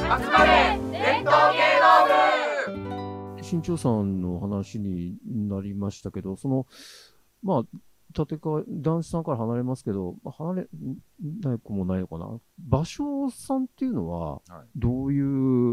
集まれ伝統芸能部。 新潮さんの話になりましたけど、まあ、立川、男子さんから離れますけど、離れない子もないのかな。芭蕉さんっていうのは、どういう、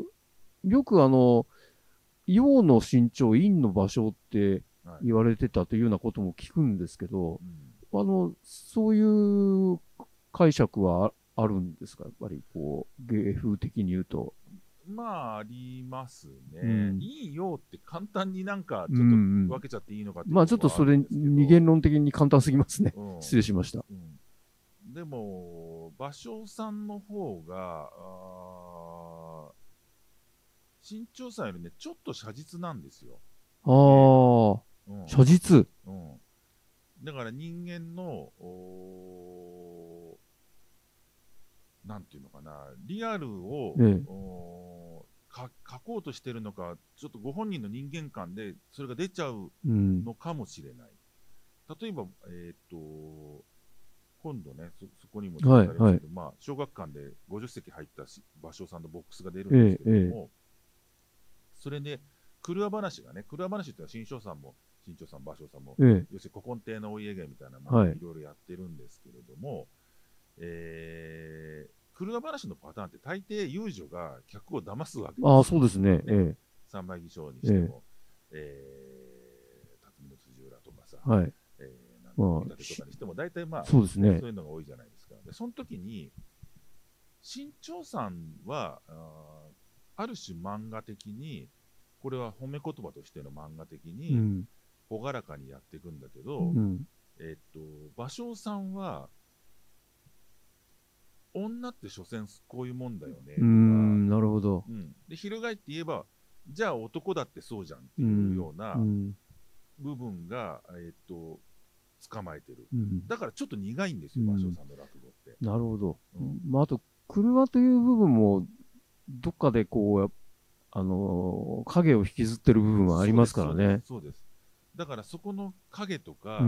よく陽の新潮、陰の芭蕉って言われてたというようなことも聞くんですけど、そういう解釈はあるんですか、やっぱりこう、芸風的に言うと。 まあ、ありますね。いいよって簡単になんか、ちょっと分けちゃっていいのかっていうのは、 ちょっとそれ、二元論的に簡単すぎますね。失礼しました。 でも、芭蕉さんの方が、新潮さんよりね、ちょっと写実なんですよ。 写実。 だから人間の、なんていうのかな、リアルを、書こうとしてるのか、ちょっとご本人の人間観でそれが出ちゃうのかもしれない。例えば、今度ね、そこにも出てたりますけど、小学館で50席入った芭蕉さんのボックスが出るんですけれども、それで、車話がね、車話ってのは新潮さん、芭蕉さんも、要するに古今亭のお家芸みたいなものをいろいろやってるんですけれども、車話のパターンって大抵遊女が客を騙すわけですよ。 そうですね。 三枚起請にしても、辰巳の辻浦とかさ、見立てとかにしても、大体そういうのが多いじゃないですか。で、その時に、新潮さんは、ある種漫画的に、これは褒め言葉としての漫画的に、朗らかにやっていくんだけど、芭蕉さんは、女って所詮こういうもんだよねとか、 なるほど。 で、翻って言えば、じゃあ男だってそうじゃんっていうような部分が、捕まえてる。だからちょっと苦いんですよ、芭蕉さんの落語って。 なるほど。あと、車という部分も、どっかでこう、影を引きずってる部分はありますからね。 そうです。だからそこの影とか、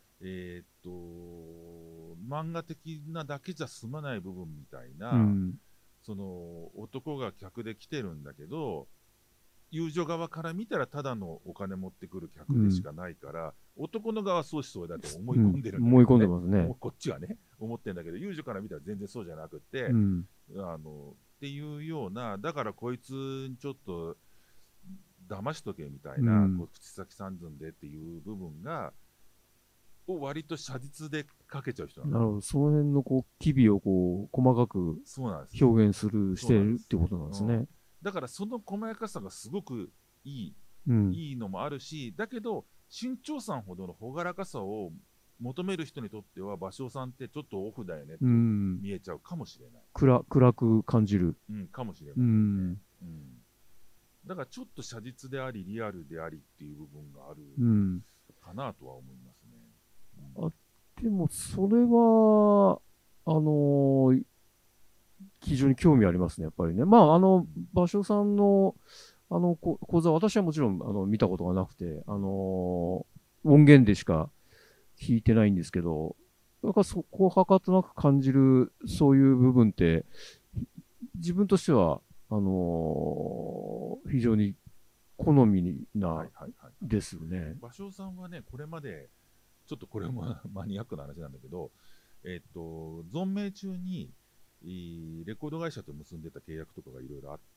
漫画的なだけじゃ済まない部分みたいな、その男が客で来てるんだけど、遊女側から見たらただのお金持ってくる客でしかないから、男の側はそうしそうだと思い込んでるんだけど、 思い込んでますね。 こっちはね、思ってるんだけど、遊女から見たら全然そうじゃなくて、っていうような、だからこいつにちょっと騙しとけみたいな、口先三寸でっていう部分が、割と写実で描けちゃう人なるほど。その辺のこう機微をこう細かく表現してるってことなんですね。 だからその細やかさがすごくいいのもあるし、だけど新潮さんほどの朗らかさを求める人にとっては芭蕉さんってちょっとオフだよねって見えちゃうかもしれない。 暗く感じる。 かもしれないね。だからちょっと写実でありリアルでありっていう部分があるかなとは思いますね。 でもそれは非常に興味ありますね、やっぱりね。芭蕉さんの講座、私はもちろん見たことがなくて、音源でしか聞いてないんですけど、なんかそこをはかとなく感じるそういう部分って自分としては非常に好みなですよね。 芭蕉さんはね、これまでちょっとこれもマニアックな話なんだけど、存命中にレコード会社と結んでた契約とかがいろいろあって、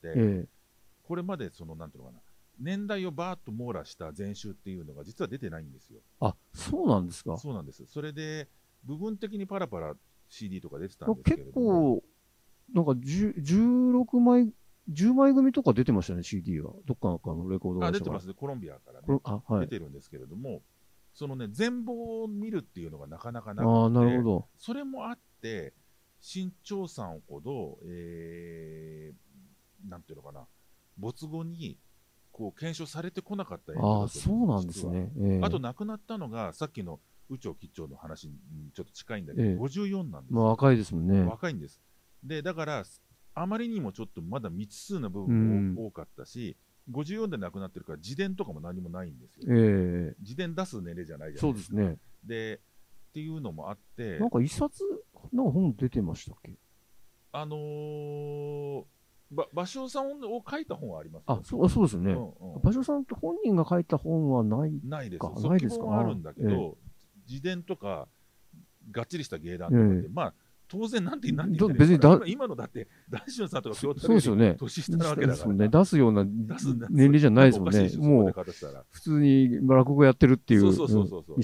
これまでなんていうのかな、年代をバーッと網羅した全集っていうのが実は出てないんですよ。 そうなんですか。 そうなんです。それで部分的にパラパラ CD とか出てたんですけれども、結構なんか16枚10枚組とか出てましたね、CD が。どっかのレコード会社出てますね、コロンビアからね、出てるんですけれども、そのね、全貌を見るっていうのがなかなかなくて、 なるほど。 それもあって、新潮さんほど、なんていうのかな、没後にこう検証されてこなかった演歌だと思うんです。 そうなんですね。 あと亡くなったのが、さっきの宇長吉兆の話にちょっと近いんだけど、54なんですよ。 若いですもんね。 若いんです。で、だから、あまりにもちょっとまだ未知数な部分も多かったし、54で亡くなってるから自伝とかも何もないんですよ。自伝出す年齢じゃないじゃないですか。 そうですね。 で、っていうのもあって。 なんか一冊、なんか本出てましたっけ？ 芭蕉さんを書いた本はありますよ。そうですね。芭蕉さんって本人が書いた本はないですか。 ないですか。あるんだけど、自伝とかがっちりした芸談とかってまあ当然なんて言って別に今のだって談春さんとか京太郎より年下なわけだから出すような年齢じゃないですもんね。もう普通に落語やってるっていう。 そう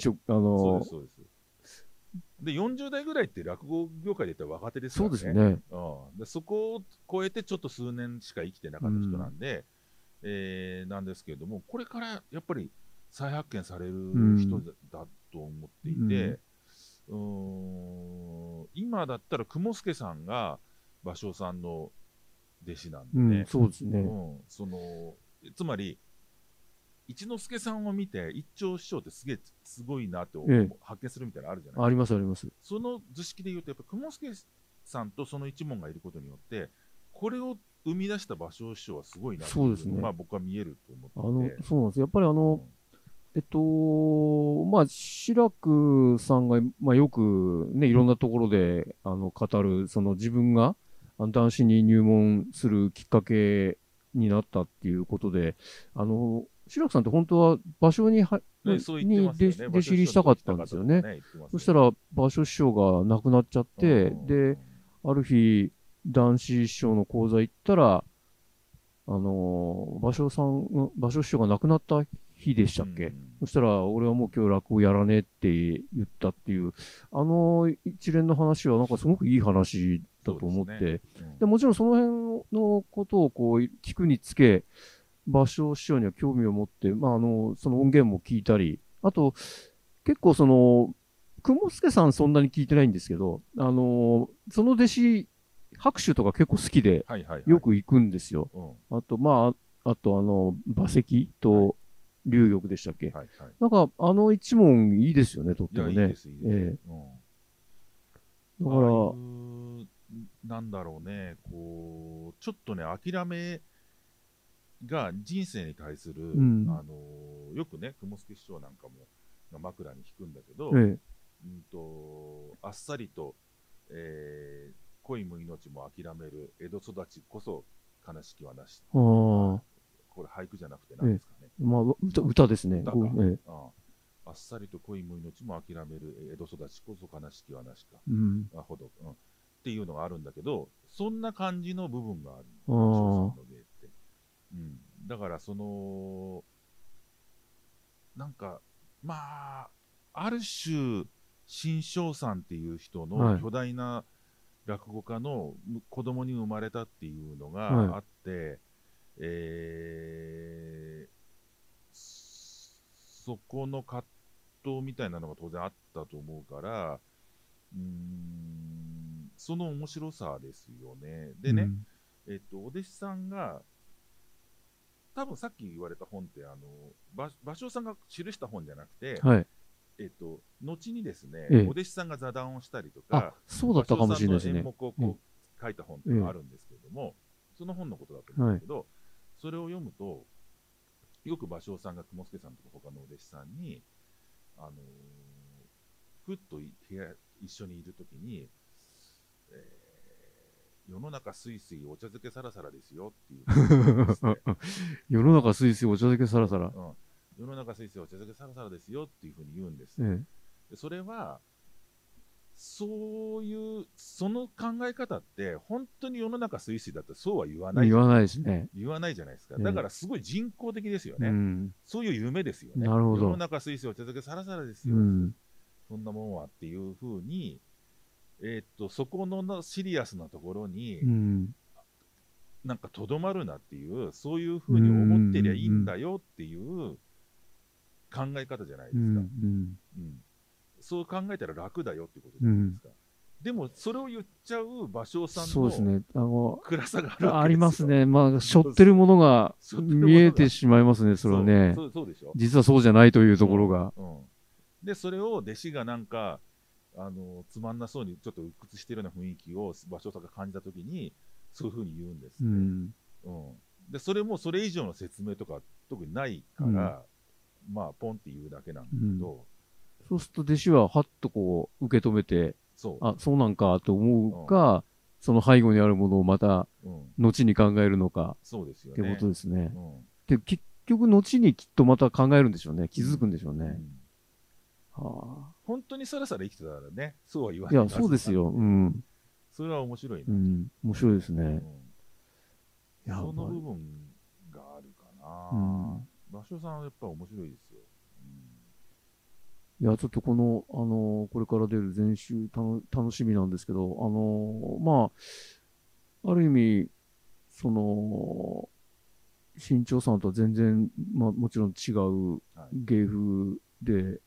で40代ぐらいって落語業界で言ったら若手ですからね。 そうですね。 でそこを超えてちょっと数年しか生きてなかった人なんで、なんですけれども、これからやっぱり再発見される人だと思っていて、今だったら雲助さんが芭蕉さんの弟子なんでね。 そうですね。 つまり一之輔さんを見て一朝師匠ってすごいなって発見するみたいなのあるじゃないですか。 ありますあります。 その図式で言うとやっぱ雲助さんとその一門がいることによってこれを生み出した芭蕉師匠はすごいなというふうに僕は見えると思ってて。 そうなんです。やっぱり志らくさんが、よくね、いろんなところで、語る、自分が、男子に入門するきっかけになったっていうことで、志らくさんって本当は芭蕉に弟子入りしたかったんですよね。そしたら、芭蕉師匠が亡くなっちゃって、で、ある日、男子師匠の講座行ったら、芭蕉師匠が亡くなった日でしたっけ。そしたら、俺はもう今日落語やらねえって言ったっていう、一連の話はなんかすごくいい話だと思って、でもちろんその辺のことをこう聞くにつけ、芭蕉師匠には興味を持って、その音源も聞いたり、あと、結構雲助さんそんなに聞いてないんですけど、その弟子、拍手とか結構好きで、よく行くんですよ。あと、馬石と龍玉でしたっけ。なんか、一門いいですよね、とってもね。だから、 なんだろうね、こう、ちょっとね、諦めが人生に対する、よくね、雲助師匠なんかも枕に引くんだけど、あっさりと、恋も命も諦める江戸育ちこそ悲しきはなし。これ俳句じゃなくて何ですかね。 歌ですね。 あっさりと恋も命も諦める江戸育ちこそ悲しきはなしか。ほど、っていうのがあるんだけど、そんな感じの部分がある。の芸って。だからなんかある種新正さんっていう人の巨大な落語家の子供に生まれたっていうのがあって、そこの葛藤みたいなのが当然あったと思うから、その面白さですよね。でね、お弟子さんが多分さっき言われた本って芭蕉さんが記した本じゃなくて、後にですね、お弟子さんが座談をしたりとか、 そうだったかもしれないですね。 演目を書いた本っていうのがあるんですけれども、その本のことだと思うんですけど、それを読むと、よく芭蕉さんが雲助さんとか他のお弟子さんに、ふっと部屋一緒にいるときに、世の中すいすいお茶漬けサラサラですよっていう。 世の中すいすいお茶漬けサラサラ。 世の中すいすいお茶漬けサラサラですよっていうふうに言うんです。でそれはそういうその考え方って本当に世の中すいすいだったらそうは言わない。 言わないですね。 言わないじゃないですか。だからすごい人工的ですよね。そういう夢ですよね。 なるほど。 世の中すいすいお茶漬けサラサラですよ。そんなもんはっていうふうに。そこのシリアスなところに、なんかとどまるなっていう、そういうふうに思ってりゃいいんだよっていう考え方じゃないですか。そう考えたら楽だよってことじゃないですか。でも、それを言っちゃう芭蕉さんの暗さがあるわけですよ。 ありますね。背負ってるものが見えてしまいますね、それはね。 そうでしょ。 実はそうじゃないというところが。 で、それを弟子がなんか、つまんなそうにちょっと鬱屈しているような雰囲気を芭蕉さんが感じたときにそういうふうに言うんですって、でそれもそれ以上の説明とか特にないから、ポンって言うだけなんだけど、 そうすると弟子ははっとこう受け止めてそうなんかと思うか、その背後にあるものをまた後に考えるのか。 そうですよね。 ってことですね。で、結局、後にきっとまた考えるんでしょうね。気づくんでしょうね。 はあ。本当にさらさら生きてたらね、そうは言わない。 いや、そうですよ。うん。 それは面白いな。うん。面白いですね。 その部分があるかな。芭蕉さんはやっぱ面白いですよ。 いや、ちょっとこの、これから出る全集楽しみなんですけど、まあ、ある意味、新潮さんとは全然、まあ、もちろん違う芸風で、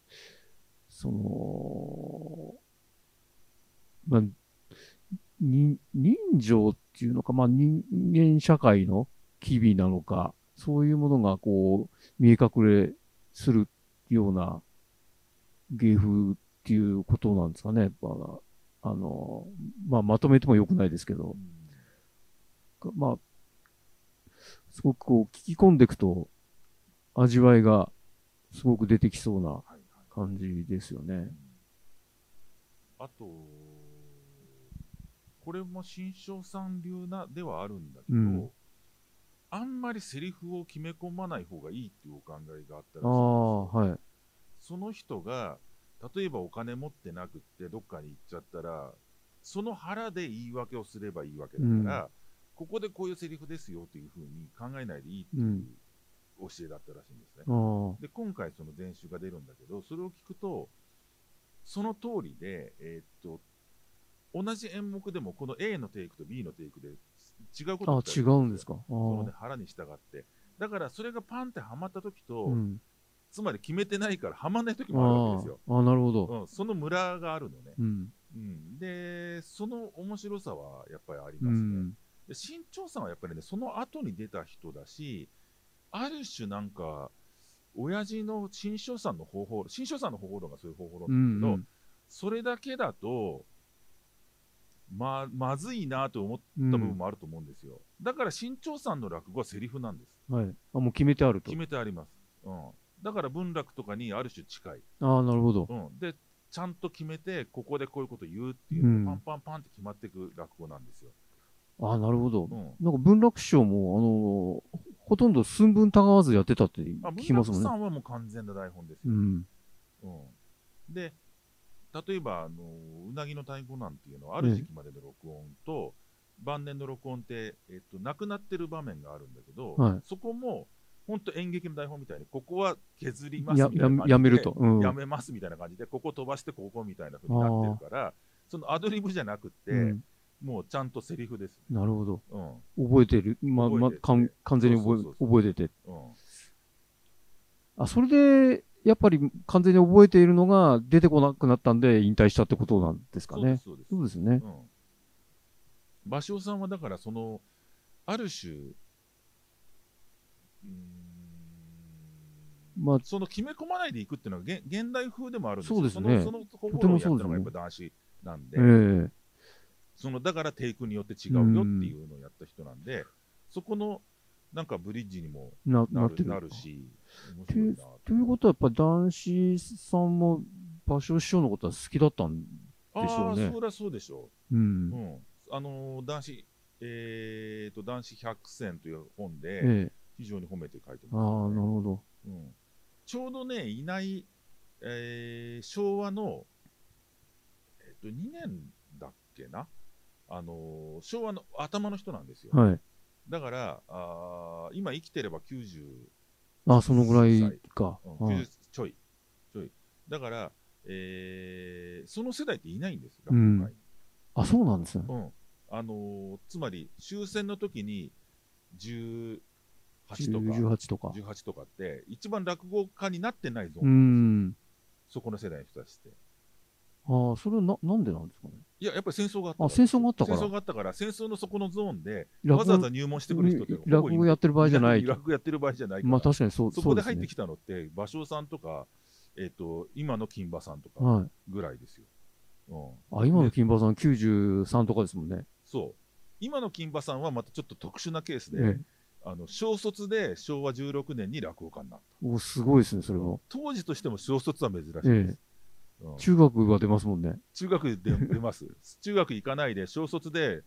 まあ、人情っていうのか、まあ、人間社会の機微なのか、そういうものがこう、見え隠れするような芸風っていうことなんですかね。まあ、まとめてもよくないですけど、まあ、すごくこう、聞き込んでいくと、味わいがすごく出てきそうな感じですよね。 あと、これも新潮さん流ではあるんだけど、あんまりセリフを決め込まない方がいいっていうお考えがあったらしいんですよ。 はい。 その人が例えばお金持ってなくってどっかに行っちゃったら、その腹で言い訳をすればいいわけだから、ここでこういうセリフですよというふうに考えないでいいっていう教えだったらしいんですね。で、今回その全集が出るんだけど、それを聞くとその通りで、同じ演目でもこの A のテイクと B のテイクで違うことが違うんですか。 その、ね、腹に従って、だからそれがパンってはまった時と、つまり決めてないからはまんない時もあるわけですよ。 なるほど。 そのムラがあるのね。で、その面白さはやっぱりありますね。で、新潮さんはやっぱりね、その後に出た人だし、ある種なんか、親父の新潮さんの方法論がそういう方法論だけど、それだけだと、まずいなと思った部分もあると思うんですよ。だから新潮さんの落語はセリフなんです。 はい。もう決めてあると。 決めてあります。だから文楽とかにある種近い。 なるほど。 で、ちゃんと決めて、ここでこういうこと言うっていうのがパンパンパンって決まっていく落語なんですよ。 なるほど。なんか文楽師匠も、ほとんど寸分たがわずやってたって聞きますもんね。 文楽さんはもう完全な台本ですよ。で、例えば、うなぎの太鼓なんていうのは、ある時期までの録音と、晩年の録音って、なくなってる場面があるんだけど、そこも、本当演劇の台本みたいに、ここは削りますみたいな感じで、 やめると。 やめますみたいな感じで、ここ飛ばしてここみたいな風になってるから、そのアドリブじゃなくて、もうちゃんとセリフです。 なるほど。覚えてる。完全に覚えてて。それで、やっぱり完全に覚えているのが出てこなくなったんで引退したってことなんですかね。そうですね。 芭蕉さんはだからある種、その決め込まないでいくっていうのは現代風でもあるんですよ。 そうですね。 その方法をやったのがやっぱ男子なんで、だからテイクによって違うよっていうのをやった人なんで、そこのなんかブリッジにもなるし。 ということはやっぱり男子さんも芭蕉師匠のことは好きだったんでしょうね。 そりゃそうでしょう。男子百選という本で非常に褒めて書いてます、 なるほど。 ちょうどね、いない、昭和の、2年だっけな、昭和の頭の人なんですよ。だから今生きてれば90、 そのぐらいか。 90ちょい。だから、その世代っていないんです、 落語界に。そうなんですね。 つまり終戦の時に18とか18とかって一番落語家になってないゾーンなんですよ。そこの世代の人たちって。 それはなんでなんですかね。 いや、やっぱり戦争があったから。 戦争があったから戦争のそこのゾーンでわざわざ入門してくる人って落語やってる場合じゃない。 落語やってる場合じゃないから。 まあ確かにそこで入ってきたのって芭蕉さんとか、今の金馬さんとかぐらいですよ。 今の金馬さん93とかですもんね。 そう。今の金馬さんはまたちょっと特殊なケースで、小卒で昭和16年に落語家になった。 すごいですね、それは。 当時としても小卒は珍しいです。 中学は出ますもんね。 中学で出ます。中学行かないで小卒で、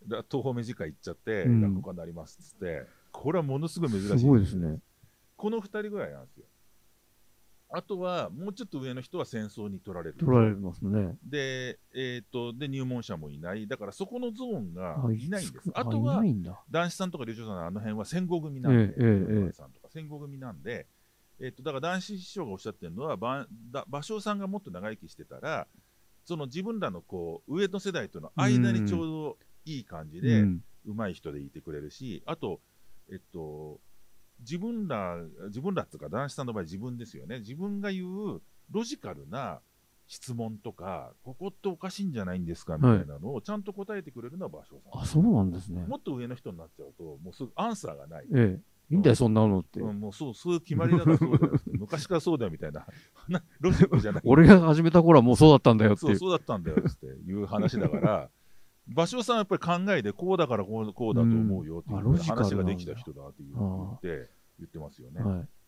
東方目次会行っちゃって、落語家になりますっつって、これはものすごい珍しい。 すごいですね。 この2人ぐらいなんですよ。あとはもうちょっと上の人は戦争に取られる。 取られますね。 で、入門者もいない。だからそこのゾーンがいないんです。あとは、男子さんとか龍長さんのあの辺は戦後組なんで、戦後組なんで、だから男子師匠がおっしゃってるのは、芭蕉さんがもっと長生きしてたら、その自分らのこう上の世代との間にちょうどいい感じで、上手い人でいてくれるし、あと、自分らっていうか男子さんの場合自分ですよね。自分が言うロジカルな質問とか、ここっておかしいんじゃないんですかみたいなのをちゃんと答えてくれるのは芭蕉さん。 あ、そうなんですね。 もっと上の人になっちゃうと、もうすぐアンサーがない。 いいんだよ、そんなのって。 もうそういう決まりだからそうだよって。昔からそうだよみたいな。ロジックじゃない。 俺が始めた頃はもうそうだったんだよって。 そうだったんだよっていう話だから、芭蕉さんはやっぱり考えでこうだからこうだと思うよっていう話ができた人だって言ってますよね。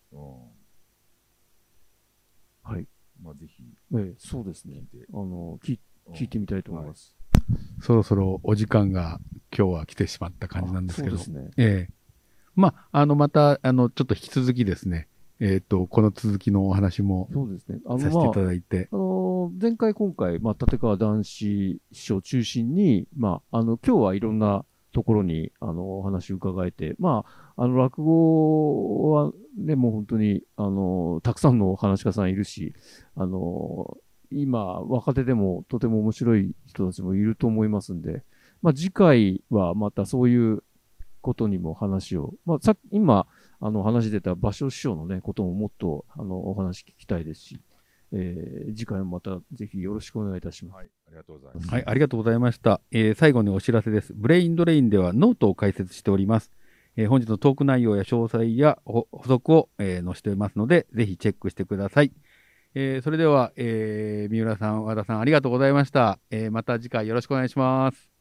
はい。 まあぜひ。 そうですね。聞いてみたいと思います。 そろそろお時間が今日は来てしまった感じなんですけど。 そうですね。 また、ちょっと引き続きですね、この続きのお話もさせていただいて。 前回今回、立川談志師匠中心に、今日はいろんなところに、お話を伺えて、落語はね、もう本当に、たくさんの話し家さんいるし、今、若手でもとても面白い人たちもいると思いますんで、次回はまたそういうことにも話を、今、話出た芭蕉師匠のね、ことももっと、お話聞きたいですし、次回もまたぜひよろしくお願いいたします。 はい、ありがとうございます。 はい、ありがとうございました。最後にお知らせです。ブレインドレインではノートを開設しております。本日のトーク内容や詳細や補足を、載せていますので、ぜひチェックしてください。それでは、三浦さん、和田さん、ありがとうございました。また次回よろしくお願いします。